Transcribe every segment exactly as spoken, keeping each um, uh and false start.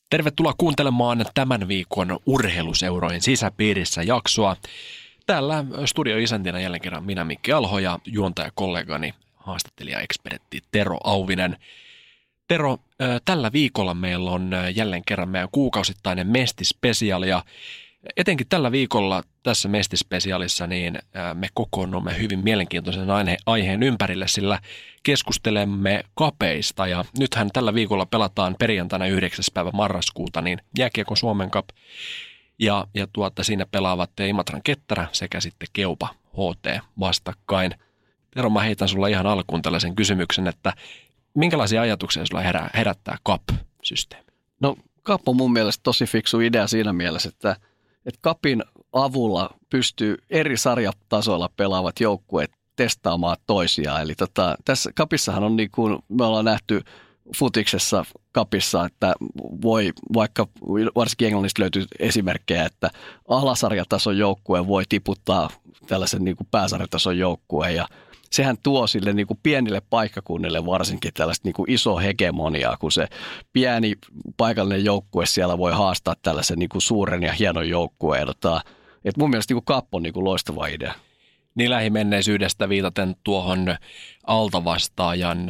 Tervetuloa kuuntelemaan tämän viikon urheiluseurojen sisäpiirissä jaksoa. Täällä studioisäntinä jälleen kerran minä Mikki Alho ja juontajakollegani haastattelija-ekspertti Tero Auvinen. Tero, tällä viikolla meillä on jälleen kerran meidän kuukausittainen Mesti-spesiaali ja etenkin tällä viikolla tässä Mesti-spesiaalissa niin me kokoonnumme hyvin mielenkiintoisen aiheen ympärille, sillä keskustelemme kapeista ja nythän tällä viikolla pelataan perjantaina yhdeksäs päivä marraskuuta niin jääkiekon Suomen Cup ja, ja tuota, siinä pelaavat Imatran Ketterä sekä sitten Keupa H T vastakkain. Tero, mä heitän sulla ihan alkuun tällaisen kysymyksen, että minkälaisia ajatuksia sulla herää, herättää Cup-systeemi? No Cup on mun mielestä tosi fiksu idea siinä mielessä, että, että Cupin avulla pystyy eri sarjatasoilla pelaavat joukkueet testaamaan toisiaan. Eli tota, tässä Cupissahan on niin kuin me ollaan nähty futiksessa Cupissa, että voi vaikka varsinkin Englannista löytyy esimerkkejä, että alasarjatason joukkue voi tiputtaa tällaisen niin kuin pääsarjatason joukkueen ja sehän tuo sille niin kuin pienille paikkakunnille varsinkin tällaista niin kuin isoa hegemoniaa, kun se pieni paikallinen joukkue siellä voi haastaa tällaisen niin kuin suuren ja hienon joukkueen. Että mun mielestä niin kuin Cup on niin kuin loistava idea. Niin lähimenneisyydestä viitaten tuohon altavastaajan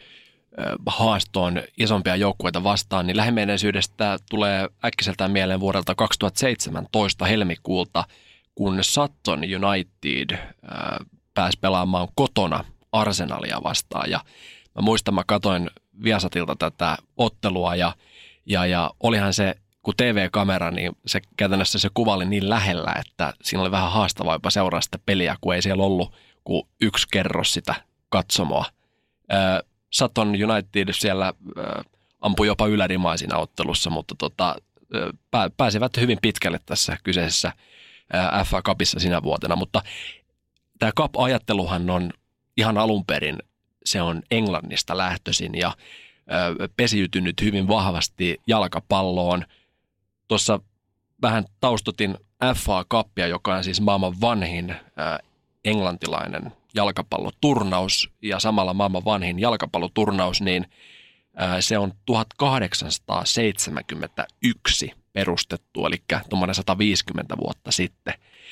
haastoon isompia joukkueita vastaan, niin lähimenneisyydestä tulee äkkiseltään mieleen vuodelta kaksituhattaseitsemäntoista helmikuulta, kun Sutton United pääsi pelaamaan kotona Arsenalia vastaan. Ja mä muistan, mä katsoin Viasatilta tätä ottelua ja, ja, ja olihan se, kun T V-kamera, niin se käytännössä se kuva oli niin lähellä, että siinä oli vähän haastavaa jopa seuraa sitä peliä, kun ei siellä ollut kuin yksi kerros sitä katsomoa. Äh, Sutton United siellä äh, ampui jopa ylärimaa siinä ottelussa, mutta tota, äh, pääsivät hyvin pitkälle tässä kyseisessä äh, F A Cupissa sinä vuotena, mutta tämä Cup-ajatteluhan on ihan alun perin, se on Englannista lähtöisin ja ö, pesiytynyt hyvin vahvasti jalkapalloon. Tuossa vähän taustotin F A Cupia, joka on siis maailman vanhin ö, englantilainen jalkapalloturnaus ja samalla maailman vanhin jalkapalloturnaus, niin ö, se on tuhatkahdeksansataaseitsemänkymmentäyksi perustettu, eli tuommoinen sata viisikymmentä vuotta sitten.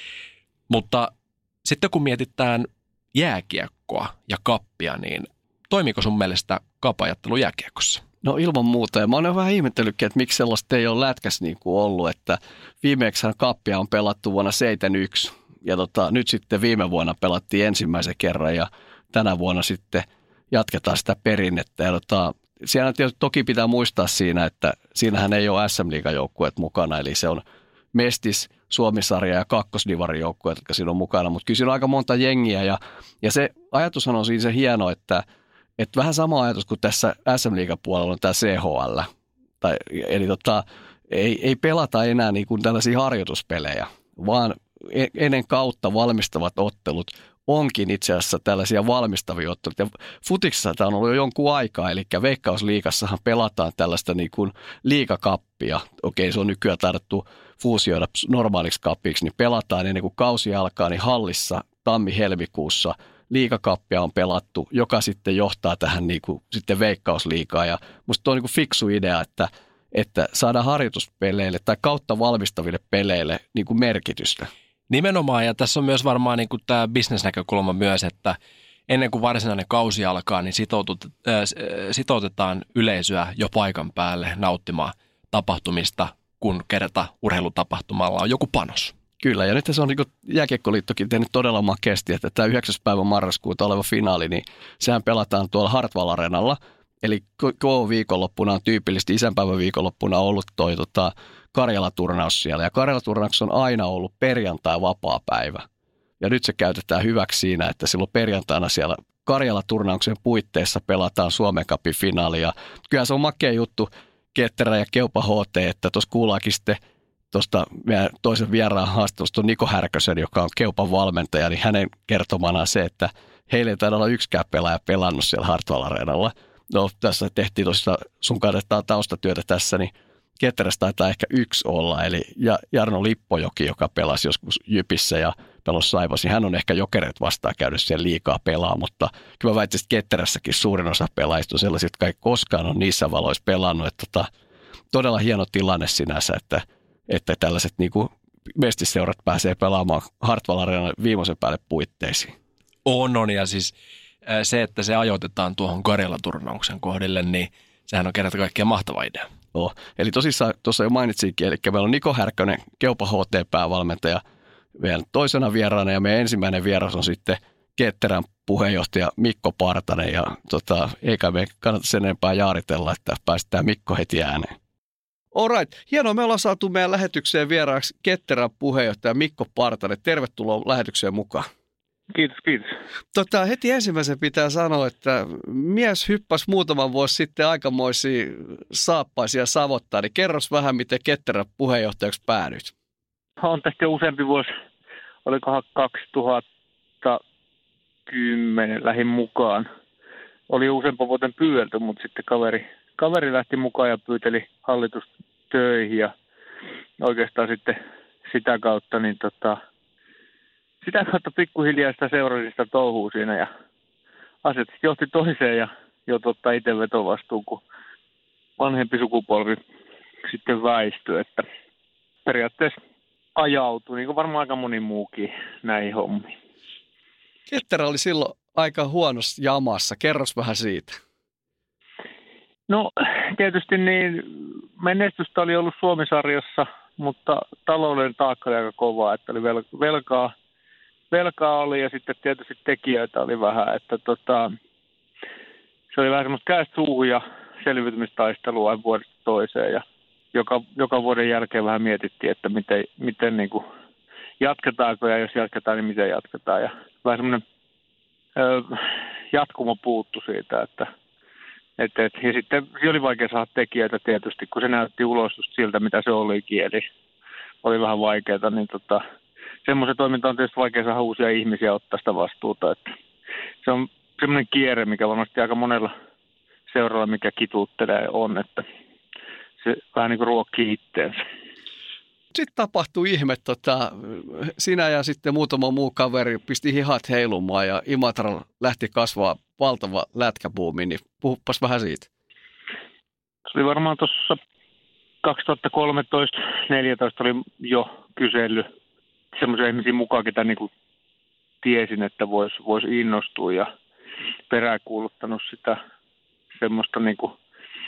Mutta sitten kun mietitään jääkiekkoa ja kappia, niin toimiiko sun mielestä Cup-ajattelu jääkiekossa? No ilman muuta. Ja mä oon vähän ihmetellytkin, että miksi sellaista ei ole lätkässä niin kuin ollut, että viimeksi kappia on pelattu vuonna seitsemänkymmentäyksi ja tota, nyt sitten viime vuonna pelattiin ensimmäisen kerran ja tänä vuonna sitten jatketaan sitä perinnettä. Ja tota, siellä tietysti toki pitää muistaa siinä, että siinähän ei ole S M-liigajoukkueet mukana, eli se on Mestis, Suomi-sarja ja kakkosdivarijoukkueet, jotka siinä on mukana, mutta kyllä siinä on aika monta jengiä ja, ja se ajatushan on siinä se hieno, että, että vähän sama ajatus kuin tässä S M-liigan puolella on tämä C H L, tai, eli tota, ei, ei pelata enää niin kuin tällaisia harjoituspelejä, vaan ennen kautta valmistavat ottelut onkin itse asiassa tällaisia valmistavia otteluita. Ja futiksessa tämä on ollut jo jonkun aikaa, eli Veikkausliigassahan pelataan tällaista niin kuin liigakappia. Okei, se on nykyään tarvittu fuusioida normaaliksi kappiksi, niin pelataan ennen kuin kausi alkaa, niin hallissa tammi-helmikuussa liigakappia on pelattu, joka sitten johtaa tähän niin kuin sitten Veikkausliigaan. Ja musta on niin kuin fiksu idea, että, että saadaan harjoituspeleille tai kautta valmistaville peleille niin kuin merkitystä. Nimenomaan, ja tässä on myös varmaan niin kuin tämä bisnesnäkökulma myös, että ennen kuin varsinainen kausi alkaa, niin sitoutut, äh, sitoutetaan yleisöä jo paikan päälle nauttimaan tapahtumista, kun kerta urheilutapahtumalla on joku panos. Kyllä, ja nyt se on niin kuin Jääkiekkoliittokin tehnyt todella makeasti, että tämä yhdeksäs päivä marraskuuta oleva finaali, niin sehän pelataan tuolla Hartwall Arenalla, eli K-viikonloppuna on tyypillisesti isänpäivän viikonloppuna ollut toi tota, Karjala-turnaus siellä, ja Karjala-turnaus on aina ollut perjantai vapaa päivä. Ja nyt se käytetään hyväksi siinä, että silloin perjantaina siellä Karjala-turnauksen puitteissa pelataan Suomen Cupin finaali. Ja kyllä se on makea juttu, Ketterä ja Keupa H T, että tuossa kuullaakin sitten tuosta toisen vieraan haastattelusta Niko Härkösen, joka on Keupan valmentaja, niin hänen kertomana se, että heille ei taida olla yksikään pelaaja pelannut siellä Hartwall Arenalla. No tässä tehtiin tosiaan sun kannattaa taustatyötä tässä, niin Ketterässä taitaa ehkä yksi olla, eli Jarno Lippojoki, joka pelasi joskus Jypissä ja pelasi Saivossa, niin hän on ehkä Jokereet vastaan käynyt siellä liikaa pelaa, mutta kyllä mä väittäisin, että Ketterässäkin suurin osa pelaajista on sellaisia, jotka ei koskaan ole niissä valoissa pelannut, että tota, todella hieno tilanne sinänsä, että, että tällaiset niin kuin mestisseurat pääsee pelaamaan Hartwall Areenan viimeisen päälle puitteisiin. On, on, ja siis se, että se ajoitetaan tuohon Karjala-turnauksen kohdille, niin sehän on kerta kaikkiaan mahtava idea. Oh. Eli tosissaan tuossa jo mainitsinkin, eli meillä on Niko Härkönen, Keupa H T-päävalmentaja vielä toisena vieraana, ja meidän ensimmäinen vieras on sitten Ketterän puheenjohtaja Mikko Partanen, ja tota, eikä me kannata sen enempää jaaritella, että päästään Mikko heti ääneen. Alright, hienoa, me ollaan saatu meidän lähetykseen vieraaksi Ketterän puheenjohtaja Mikko Partanen. Tervetuloa lähetykseen mukaan. Kiitos, kiitos. Tota, heti ensimmäisen pitää sanoa, että mies hyppäsi muutaman vuosi sitten aikamoisia saappaisia savottaa, niin kerros vähän, miten Ketterän puheenjohtajaksi päädyit. On tästä useampi vuosi, olikohan kaksituhattakymmenen lähin mukaan. Oli useampi vuoten pyydetty, mutta sitten kaveri, kaveri lähti mukaan ja pyyteli hallitustöihin ja oikeastaan sitten sitä kautta niin tota, sitä kautta pikkuhiljaa sitä seurasin sitä touhua siinä ja asiat johti toiseen ja joutui ottaa itse vetovastuun, kun vanhempi sukupolvi sitten väistyi, että periaatteessa ajautui, niin kuin varmaan aika moni muukin näihin hommiin. Ketterä oli silloin aika huonossa jamassa. Kerros vähän siitä. No tietysti niin menestystä oli ollut Suomi-sarjassa, mutta talouden taakka oli aika kovaa, että oli velkaa. Velkaa oli ja sitten tietysti tekijöitä oli vähän, että tota, se oli vähän semmoista kädestä suuhun ja selviytymistaistelua aina vuodesta toiseen ja joka, joka vuoden jälkeen vähän mietittiin, että miten, miten niin kuin jatketaanko ja jos jatketaan, niin miten jatketaan ja vähän semmoinen ö, jatkumo puuttu siitä, että et, et, ja sitten se oli vaikea saada tekijöitä tietysti, kun se näytti ulos just siltä, mitä se olikin, eli oli vähän vaikeaa, niin tota, semmoisen toiminta on tietysti vaikea saada uusia ihmisiä ottaa sitä vastuuta. Että se on semmoinen kierre, mikä varmasti aika monella seuralla, mikä kituuttelee, on, että se vähän niin kuin ruokkii itteensä. Sitten tapahtui ihme, tota, sinä ja sitten muutama muu kaveri pisti hihat heilumaan ja Imatralla lähti kasvaa valtava lätkäbuumi, niin puhuppas vähän siitä. Se oli varmaan tuossa kaksituhattakolmetoista neljätoista oli jo kysely semmoisia ihmisiä mukaan, ketä niin kuin tiesin, että voisi vois innostua ja peräänkuuluttanut sitä semmoista niin kuin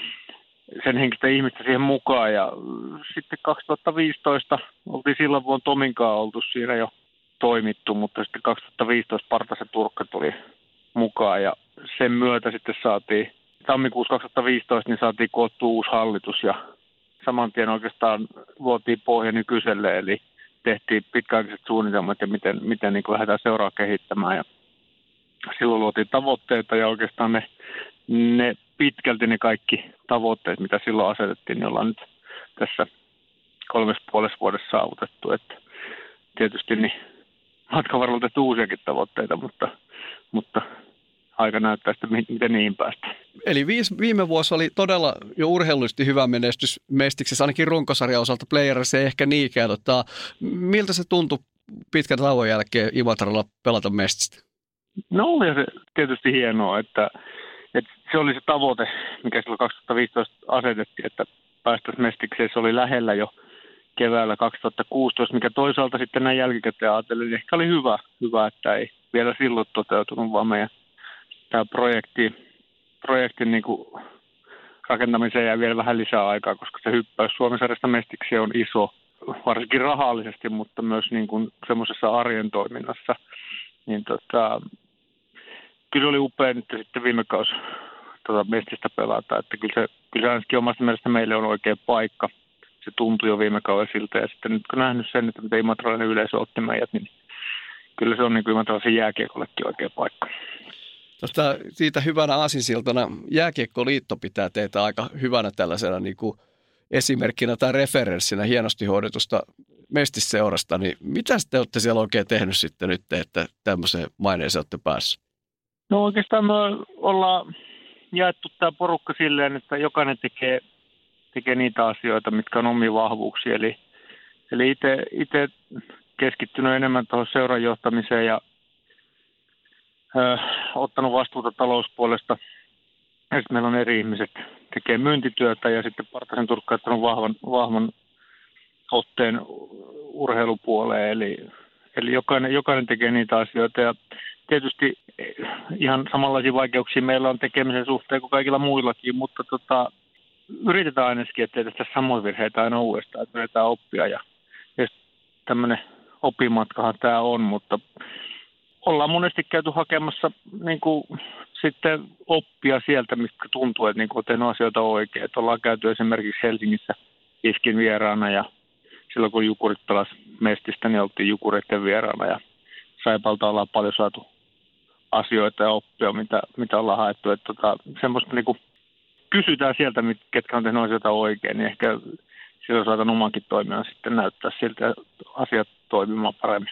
sen henkistä ihmistä siihen mukaan. Ja sitten kaksituhattaviisitoista oltiin silloin vuonna Tominkaan oltu siinä jo toimittu, mutta sitten kaksituhattaviisitoista Partasen Turkka tuli mukaan ja sen myötä sitten saatiin, tammikuussa kaksituhattaviisitoista niin saatiin koottua uusi hallitus ja saman tien oikeastaan luotiin pohja nykyiselle, eli tehtiin pitkäaikaiset suunnitelmat ja miten, miten niin kuin lähdetään seuraa kehittämään. Ja silloin luotiin tavoitteita ja oikeastaan ne, ne pitkälti ne kaikki tavoitteet, mitä silloin asetettiin, niin ollaan nyt tässä kolmessa puolessa vuodessa saavutettu. Että tietysti niin matkan varrella tehty uusiakin tavoitteita, mutta, mutta aika näyttää sitten, miten niihin päästään. Eli viis, viime vuosi oli todella jo urheilullisesti hyvä menestys Mestiksessä, ainakin runkosarjan osalta Playerissa ei ehkä niinkään. Tota, miltä se tuntui pitkän tauon jälkeen Imatralla pelata Mestistä? No oli se tietysti hienoa, että, että se oli se tavoite, mikä silloin kaksituhattaviisitoista asetettiin, että päästäisiin Mestikseen. Se oli lähellä jo keväällä kaksituhattakuusitoista, mikä toisaalta sitten näin jälkikäteen ajattelin, ehkä oli hyvä, hyvä, että ei vielä silloin toteutunut, vaan meidän tämä projekti, projektin niin kuin rakentamiseen jää vielä vähän lisää aikaa, koska se hyppäys Suomen-sarjasta Mestikseen on iso, varsinkin rahallisesti, mutta myös niin kuin semmoisessa arjen toiminnassa. Niin tota, kyllä oli upea nyt sitten viime kausi tota Mestistä pelata, että kyllä se, kyllä se ainakin omasta mielestä meille on oikea paikka. Se tuntui jo viime kaudella siltä ja sitten nyt kun nähnyt sen, että mitä imatralainen yleisö otti meidät, niin kyllä se on niin kuin imatralaisen jääkiekollekin oikea paikka. Tuosta, siitä hyvänä aasinsiltana Jääkiekkoliitto pitää teitä aika hyvänä tällaisena niin kuin esimerkkinä tai referenssinä hienosti hoidetusta Mestisseurasta, niin mitä te olette siellä oikein tehnyt sitten nyt, että tämmöiseen maineeseen olette päässyt? No oikeastaan me ollaan jaettu tämä porukka silleen, että jokainen tekee, tekee niitä asioita, mitkä on omia vahvuuksia. Eli, eli itse keskittynyt enemmän tuohon seuran johtamiseen ja ö, ottanut vastuuta talouspuolesta. Ja sitten meillä on eri ihmiset tekee myyntityötä ja sitten Partasen Turkka on ottanut vahvan, vahvan otteen urheilupuoleen, eli, eli jokainen, jokainen tekee niitä asioita ja tietysti ihan samanlaisia vaikeuksia meillä on tekemisen suhteen kuin kaikilla muillakin, mutta tota, yritetään ainakin, ettei tästä samoja virheitä aina uudestaan, että yritetään oppia ja, ja tämmöinen opimatkahan tämä on, mutta ollaan monesti käyty hakemassa niin kuin, sitten oppia sieltä, mistä tuntuu, että niin kuin, on tehnyt asioita oikein. Että ollaan käyty esimerkiksi Helsingissä Iskin vieraana ja silloin kun Jukurit pelasi Mestistä, niin oltiin Jukureiden vieraana ja Saipalta ollaan paljon saatu asioita ja oppia, mitä, mitä ollaan haettu. Että tota, semmoista niin kuin kysytään sieltä, ketkä on tehnyt asioita oikein, niin ehkä silloin saatan omankin toiminnan sitten näyttää siltä asiat toimimaan paremmin.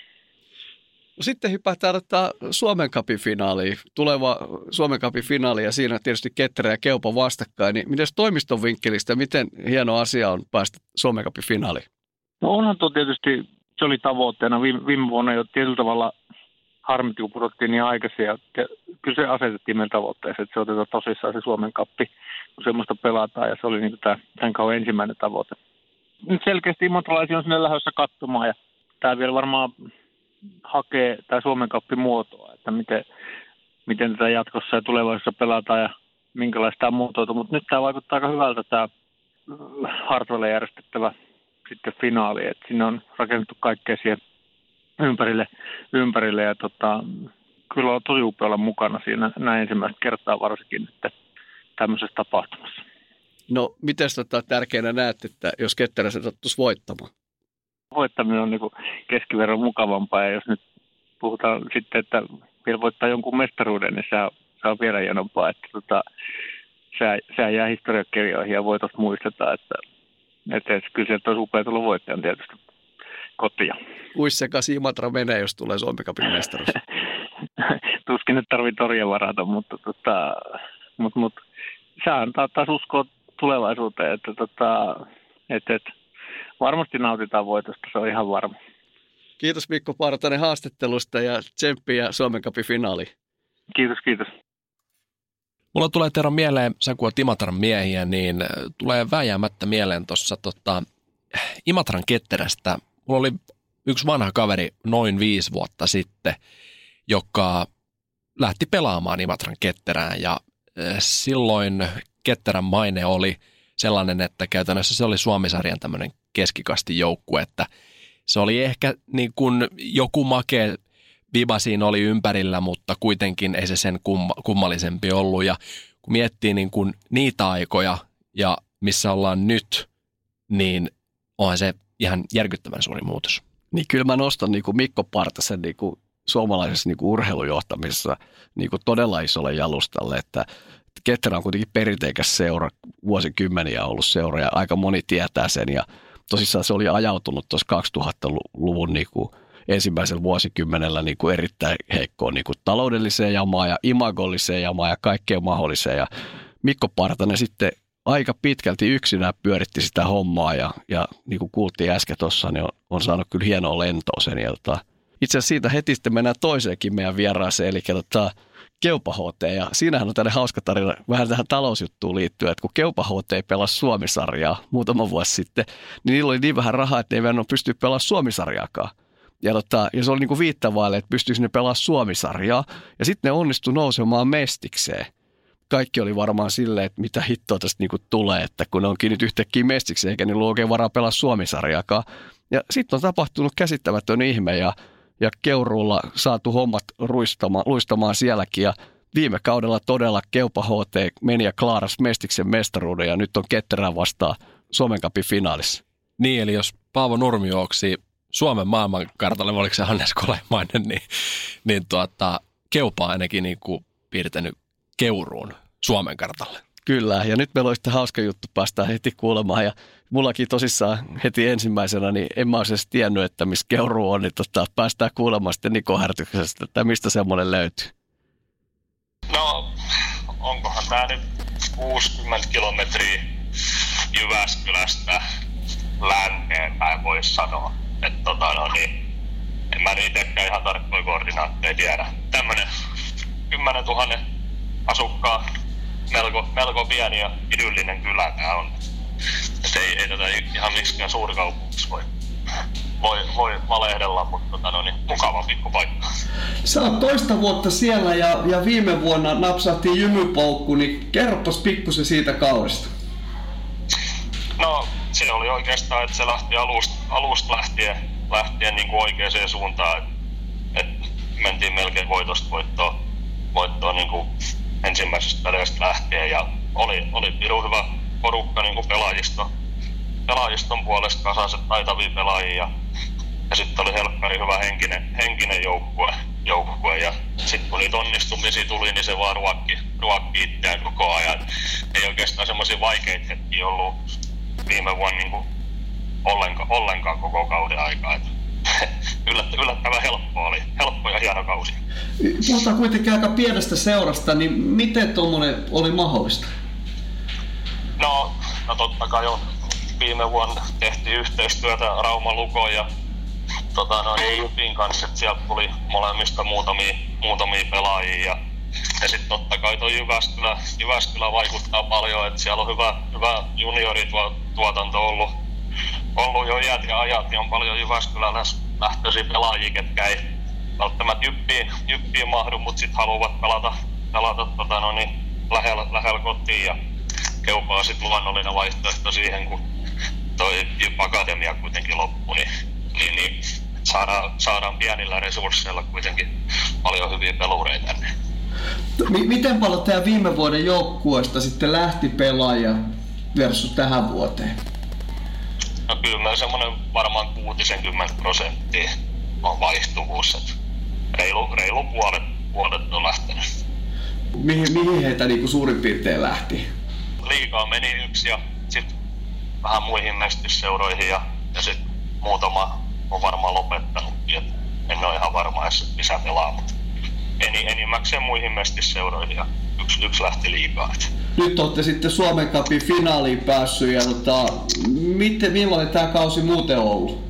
No sitten hypätään ottaa Suomen Cupin finaaliin, tuleva Suomen Cupin finaali ja siinä tietysti Ketterä ja Keupa vastakkain. Niin miten toimiston vinkkelistä, miten hieno asia on päästä Suomen Cupin finaaliin? No onhan tuo tietysti, se oli tavoitteena. Viime, viime vuonna jo tietyllä tavalla harmitti, kun pudottiin niin aikaisin. Ja kyllä se asetettiin meidän tavoitteeseen, että se otetaan tosissaan se Suomen Cup, kun semmoista pelataan ja se oli niin tämä, tämän kauan ensimmäinen tavoite. Nyt selkeästi imatralaisia on sinne lähdössä katsomaan ja tämä vielä varmaan hakee tämä Suomen Cup muotoa, että miten, miten tätä jatkossa ja tulevaisuudessa pelataan ja minkälaista tämä muotoituu. Mutta nyt tämä vaikuttaa aika hyvältä tämä Hartwelle järjestettävä sitten finaali, että sinne on rakennettu kaikkea siihen ympärille, ympärille ja tota, kyllä on tosi upea olla mukana siinä näin ensimmäistä kertaa varsinkin nyt tämmöisessä tapahtumassa. No, miten tota tärkeänä näet, että jos Ketterä se sattuisi voittamaan? Voittaminen on niin kuin keskiverron mukavampaa ja jos nyt puhutaan sitten, että vielä voittaa jonkun mestaruuden, niin se on, se on vielä hienompaa, että tota, se, se jää historiakirjoihin ja voitosta muistetaan, että, että, että kyllä sieltä olisi upea tulla voittajan tietysti kotia. Kuis sekaisin Imatra menee, jos tulee Suomen Cupin mestaruus? Tuskin nyt tarvitsee torja varata, mutta, tota, mutta, mutta se antaa taas uskoa tulevaisuuteen, että, tota, että, että varmasti nautitaan voitosta, se on ihan varma. Kiitos Mikko Partanen haastattelusta ja tsemppiä Suomen Cupin finaaliin. Kiitos, kiitos. Mulla tulee Tero mieleen, sä kun oot Imatran miehiä, niin tulee vääjäämättä mieleen tuossa tota, Imatran Ketterästä. Mulla oli yksi vanha kaveri noin viisi vuotta sitten, joka lähti pelaamaan Imatran Ketterään ja silloin Ketterän maine oli sellainen, että käytännössä se oli Suomi-sarjan tämmöinen keskikasti joukkue, että se oli ehkä niin kuin joku makea viba siinä oli ympärillä, mutta kuitenkin ei se sen kumma, kummallisempi ollut. Ja kun miettii niin kuin niitä aikoja ja missä ollaan nyt, niin onhan se ihan järkyttävän suuri muutos. Niin kyllä mä nostan niin kuin Mikko Partasen niin kuin suomalaisessa niin kuin urheilujohtamisessa niin kuin todella isolle jalustalle, että Ketterä on kuitenkin perinteikäs seura, vuosikymmeniä ollut seura ja aika moni tietää sen ja tosissaan se oli ajautunut tuossa kaksituhattaluvun niin kuin ensimmäisellä vuosikymmenellä niin kuin erittäin heikkoon niin kuin taloudelliseen jamaan ja imagolliseen jamaan ja kaikkeen mahdolliseen ja Mikko Partanen sitten aika pitkälti yksinään pyöritti sitä hommaa ja, ja niin kuin kuultiin äsken tuossa, niin on, on saanut kyllä hienoa lentoa sen. Ja, tota, itse asiassa siitä heti sitten mennään toiseenkin meidän vieraaseen, eli tota, Keupa H T. Ja siinähän on tällainen hauska tarina vähän tähän talousjuttuun liittyen, että kun Keupa H T pelasi Suomi-sarjaa muutama vuosi sitten, niin niillä oli niin vähän rahaa, että ne ei ole pystynyt pelaamaan Suomi-sarjaakaan. Ja, tota, ja se oli niin kuin viittavaille, että pystyisi ne pelaamaan Suomi-sarjaa. Ja sitten ne onnistui nousemaan mestikseen. Kaikki oli varmaan silleen, että mitä hittoa tästä niinku tulee, että kun ne onkin nyt yhtäkkiä mestiksi, eikä niillä ole oikein varaa pelaa Suomi-sarjaakaan. Ja sitten on tapahtunut käsittämätön ihme ja, ja Keuruulla saatu hommat ruistamaan, luistamaan sielläkin. Ja viime kaudella todella Keupa H T meni ja klaaras mestiksen mestaruuden ja nyt on Ketterään vastaan Suomen Cupin finaalissa. Niin, eli jos Paavo Nurmi juoksi Suomen maailmankartalle, oliko se Hannes Kolehmainen, niin, niin tuota, Keupa on ainakin niin kuin piirtänyt Keuruun Suomen kartalle. Kyllä, ja nyt meillä on sitten hauska juttu, päästään heti kuulemaan. Ja mullakin tosissaan heti ensimmäisenä, niin en mä olisi edes tiennyt, että missä Keuruu on, niin tota, päästään kuulemaan sitten Niko Härtyksestä, että mistä semmoinen löytyy. No, onkohan tämä nyt kuusikymmentä kilometriä Jyväskylästä länneen päin voisi sanoa. Että tota no niin, en mä niitäkään ihan tarkkoja koordinaatteja tiedä. Tämmönen kymmenen tuhannen asukkaan melko, melko pieni ja idyllinen kylä tää on. Et ei, ei tätä ihan miksikään suurikaupungissa voi, voi, voi valehdella, mutta tota, no niin, mukava pikkupaikka. Sä oot toista vuotta siellä ja, ja viime vuonna napsahtiin jymypoukku, niin kerropas pikkusen siitä kaudesta. No se oli oikeastaan, että se lähti alusta, alusta lähtien, lähtien niin kuin oikeaan suuntaan. Et, et mentiin melkein voitosta voittoon, voittoon niin kuin ensimmäisestä peleistä lähtien ja oli, oli pirun hyvä porukka niin kuin pelaajista, pelaajiston puolesta kasaiset taitavia pelaajia ja, ja sitten oli helkkari hyvä henkinen, henkinen joukkue, joukkue ja sitten kun niitä onnistumisia tuli, niin se vaan ruokki, ruokki itseään koko ajan. Ei oikeastaan semmoisia vaikeita hetkiä ollut viime vuonna niin kuin ollenkaan, ollenkaan koko kauden aikaa. Yllättävän helppo oli, helppo ja hieno kausi. Puhutaan kuitenkin aika pienestä seurasta, niin miten tuommoinen oli mahdollista? No, no totta kai jo viime vuonna tehtiin yhteistyötä Rauman Lukon ja tota, no, Jypin kanssa, että sieltä tuli molemmista muutamia, muutamia pelaajia. Ja, ja sitten totta kai tuo Jyväskylä, Jyväskylä vaikuttaa paljon, että siellä on hyvä, hyvä juniorituotanto ollut, ollut jo iät ja ajat, ja on paljon Jyväskylälähtöisiä pelaajia, ketkä ei välttämättä jyppiin, jyppiin mahdu, mutta sitten haluavat pelata, pelata tota, no niin, lähellä, lähellä kotiin. Ja Keupaa sitten luonnollinen vaihtoehto siihen, kun toi Jyp Akatemia kuitenkin loppui, niin, niin, niin saadaan, saadaan pienillä resursseilla kuitenkin paljon hyviä pelureita tänne. M- miten paljon tämä viime vuoden joukkueesta sitten lähti pelaaja versus tähän vuoteen? No kyllä meillä semmoinen varmaan kuusikymmentä prosenttia on vaihtuvuus, että reilu, reilu puolet, puolet on lähtenyt. Mihin, mihin heitä niin kuin suurin piirtein lähti? Liigaa meni yksi ja sitten vähän muihin mestysseuroihin ja, ja sitten muutama on varmaan lopettanutkin, että en ole ihan varma edes lisää pelaa, mutta eni, enimmäkseen muihin mestysseuroihin ja yksi, yksi lähti liigaa. Nyt olette sitten Suomen Cupin finaaliin päässyt ja tota, miten, millainen tämä kausi muuten on ollut?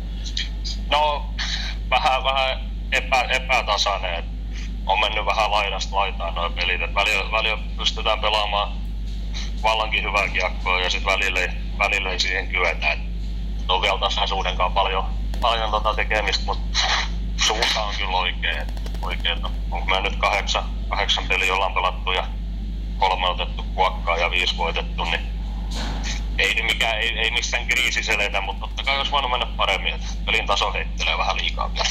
No vähän, vähän epä, epätasainen, on mennyt vähän laidasta laitaan nuo pelit, että välillä, välillä pystytään pelaamaan vallankin hyvää kiekkoa ja sitten välillä, välillä ei siihen kyetä. Et on vielä tasaisuudenkaan paljon, paljon tota tekemistä, mutta suunta on kyllä oikein. oikein. Onko meillä nyt kahdeksan, kahdeksan peliä ollaan pelattu ja kolme otettu kuokkaa ja viisi voitettu, niin ei, mikään, ei, ei missään kriisissä eletä, mutta totta kai olisi voinut mennä paremmin, että pelin taso heittelee vähän liikaa vielä.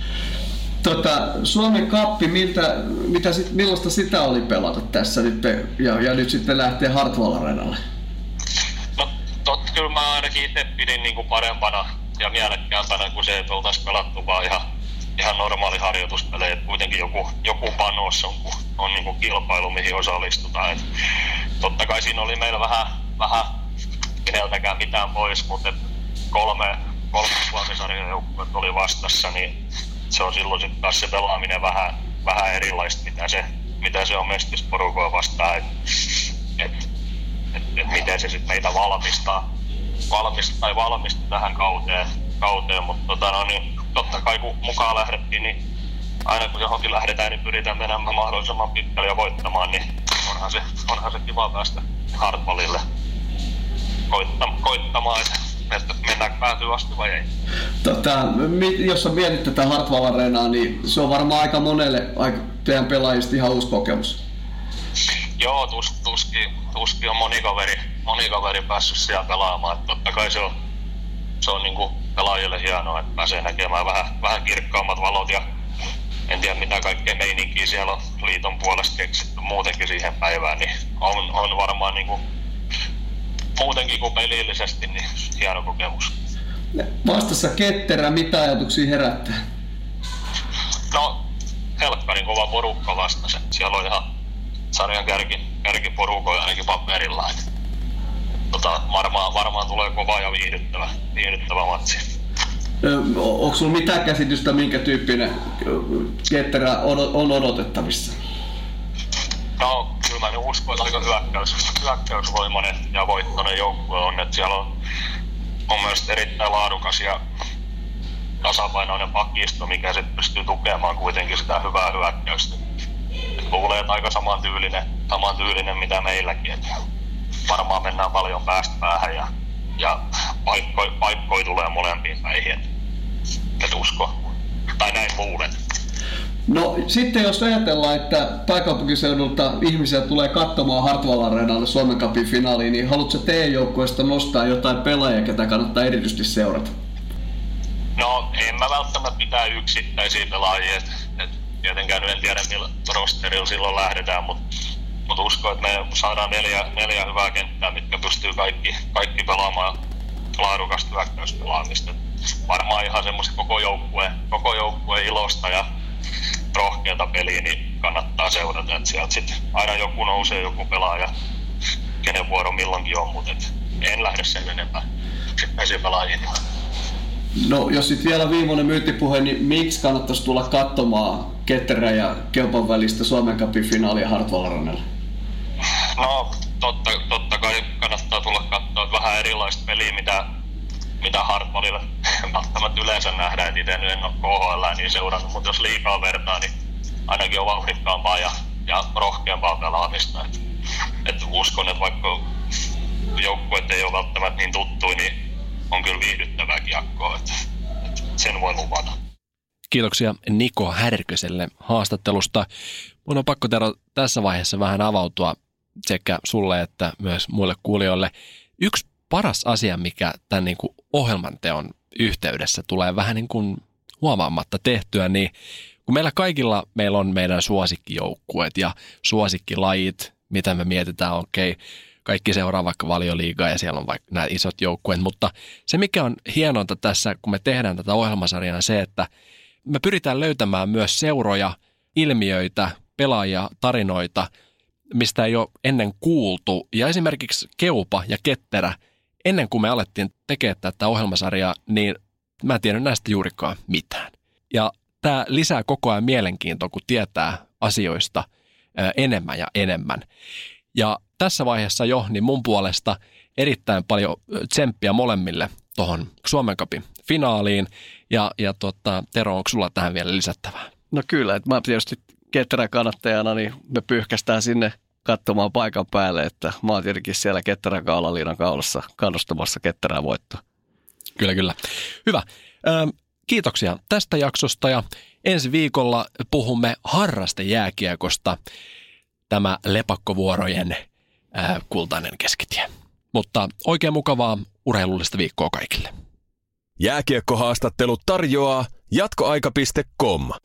Tota, Suomen Cup, miltä, mitä sit, millaista sitä oli pelata tässä nyt ja, ja nyt sitten lähtee Hartwall Areenalle? No tot, kyllä mä ainakin itse pidin niinku parempana ja mielekkäämpänä kuin se, että oltaisiin pelattu vaan ihan, ihan normaali harjoituspelejä, että kuitenkin joku, joku panos on, on niinku kilpailu, mihin osallistutaan. Et totta kai siinä oli meillä vähän, vähän keneltäkään mitään pois, mutta kolme, kolme Suomi-sarjan joukkuet oli vastassa, niin se on silloin sitten taas se pelaaminen vähän, vähän erilaista, mitä se, mitä se on mestisporukoa vastaan, että et, et, et miten se sitten meitä valmistaa, valmistaa tai valmisti tähän kauteen, kauteen. mutta tota, no, niin, totta kai kun mukaan lähdettiin, niin aina kun johonkin lähdetään, niin pyritään menemään mahdollisimman pitkälle ja voittamaan, niin onhan se, onhan se kiva päästä Hartwallille koittamaan, koittamaan että että mennäänkö päätyy asti vai ei. Tota, jos on mietit tätä Hartwall Areenaa, niin se on varmaan aika monelle aika teidän pelaajista ihan uusi kokemus. Joo, tus, tuskin, tuskin on moni kaveri, moni kaveri päässyt siellä pelaamaan. Että totta kai se on, se on niinku pelaajille hienoa, että pääsee näkemään vähän, vähän kirkkaammat valot ja en tiedä mitä kaikkea meininkiä siellä on liiton puolesta keksitty muutenkin siihen päivään, niin on, on varmaan niinku muutenkin kuin pelillisesti, niin hieno kokemus. Vastassa Ketterä, mitä ajatuksia herättää? No, helkkarin kova porukka vastasi. Siellä on ihan sarjan kärki, kärkiporukoja ainakin paperilla. Tota, varmaan, varmaan tulee kova ja viihdyttävä, viihdyttävä matsi. Onko sulla mitään käsitystä, minkä tyyppinen Ketterä on odotettavissa? No, kyllä mä uskon, että aika hyökkäys, hyökkäysvoimainen ja voittoinen joukkue on, että siellä on, on myös erittäin laadukas ja tasapainoinen pakisto, mikä sitten pystyy tukemaan kuitenkin sitä hyvää hyökkäystä. Et luulee, että aika samantyylinen saman tyylinen mitä meilläkin. Et varmaan mennään paljon päästä päähän ja, ja paikkoi, paikkoi tulee molempiin päihin. Et, et usko. Tai näin luulen. No sitten jos ajatellaan, että pääkaupunkiseudulta ihmisiä tulee katsomaan Hartwall Areenalle Suomen Cupin finaaliin, niin haluatko teidän joukkueesta nostaa jotain pelaajia, ketä kannattaa erityisesti seurata? No en mä välttämättä mitään yksittäisiä pelaajia. Et, et tietenkään en tiedä millä rosterilla silloin lähdetään, mutta mut uskon, että me saadaan neljä, neljä hyvää kenttää, mitkä pystyy kaikki, kaikki pelaamaan laadukasta hyökkäyspelaamista. Varmaan ihan semmoista koko joukkueen, koko joukkueen ilosta ja rohkeata peliä, niin kannattaa seurata, että sieltä sitten aina joku nousee, joku pelaaja, kenen vuoro milloinkin on, mutta en lähde sen enempää yksittäisiä pelaajia. No jos sitten vielä viimeinen myyttipuhe, niin miksi kannattaisi tulla katsomaan Ketterän ja Kelpan välistä Suomen Cupin finaalia Hartwall Areenalle? No totta, totta kai kannattaa tulla katsoa vähän erilaista peliä, mitä, mitä Hartwallilla välttämättä yleensä nähdään. Et itse nyt en ole K H L niin seurannut, mutta jos liikaa vertaa, niin ainakin on vauhdikkaampaa ja, ja rohkeampaa pelaamista. Et, et uskon, että vaikka joukkueet ei ole välttämättä niin tuttuja, niin on kyllä viihdyttävää kiekkoa, että, että sen voi luvata. Kiitoksia Niko Härköselle haastattelusta. Mun on pakko Tero tässä vaiheessa vähän avautua sekä sulle että myös muille kuulijoille. Yksi paras asia, mikä tämän niin kuin ohjelmanteon yhteydessä tulee vähän niin kuin huomaamatta tehtyä, niin kun meillä kaikilla meillä on meidän suosikkijoukkueet ja suosikkilajit, mitä me mietitään, okei, okay, kaikki seuraa vaikka Valioliigaa ja siellä on vaikka nämä isot joukkueet, mutta se mikä on hienointa tässä, kun me tehdään tätä ohjelmasarjaa, se, että me pyritään löytämään myös seuroja, ilmiöitä, pelaajia, tarinoita, mistä ei ole ennen kuultu. Ja esimerkiksi Keupa ja Ketterä, ennen kuin me alettiin tekemään tätä ohjelmasarjaa, niin mä en tiennyt näistä juurikaan mitään. Ja tämä lisää koko ajan mielenkiintoa, kun tietää asioista enemmän ja enemmän. Ja tässä vaiheessa jo, niin mun puolesta erittäin paljon tsemppiä molemmille tuohon Suomen Cupin finaaliin. Ja, ja tota, Tero, onko sulla tähän vielä lisättävää? No kyllä, että mä tietysti Ketterän kannattajana, niin me pyyhkästään sinne katsomaan paikan päälle, että mä oon tietenkin siellä Ketterän kaulaliinan kaulassa kannustamassa Ketterää voittoa. Kyllä, kyllä. Hyvä. Ö, kiitoksia tästä jaksosta ja ensi viikolla puhumme harrastejääkiekosta, tämä lepakkovuorojen ö, kultainen keskitie. Mutta oikein mukavaa urheilullista viikkoa kaikille. Jääkiekkohaastattelut tarjoaa jatkoaika piste com.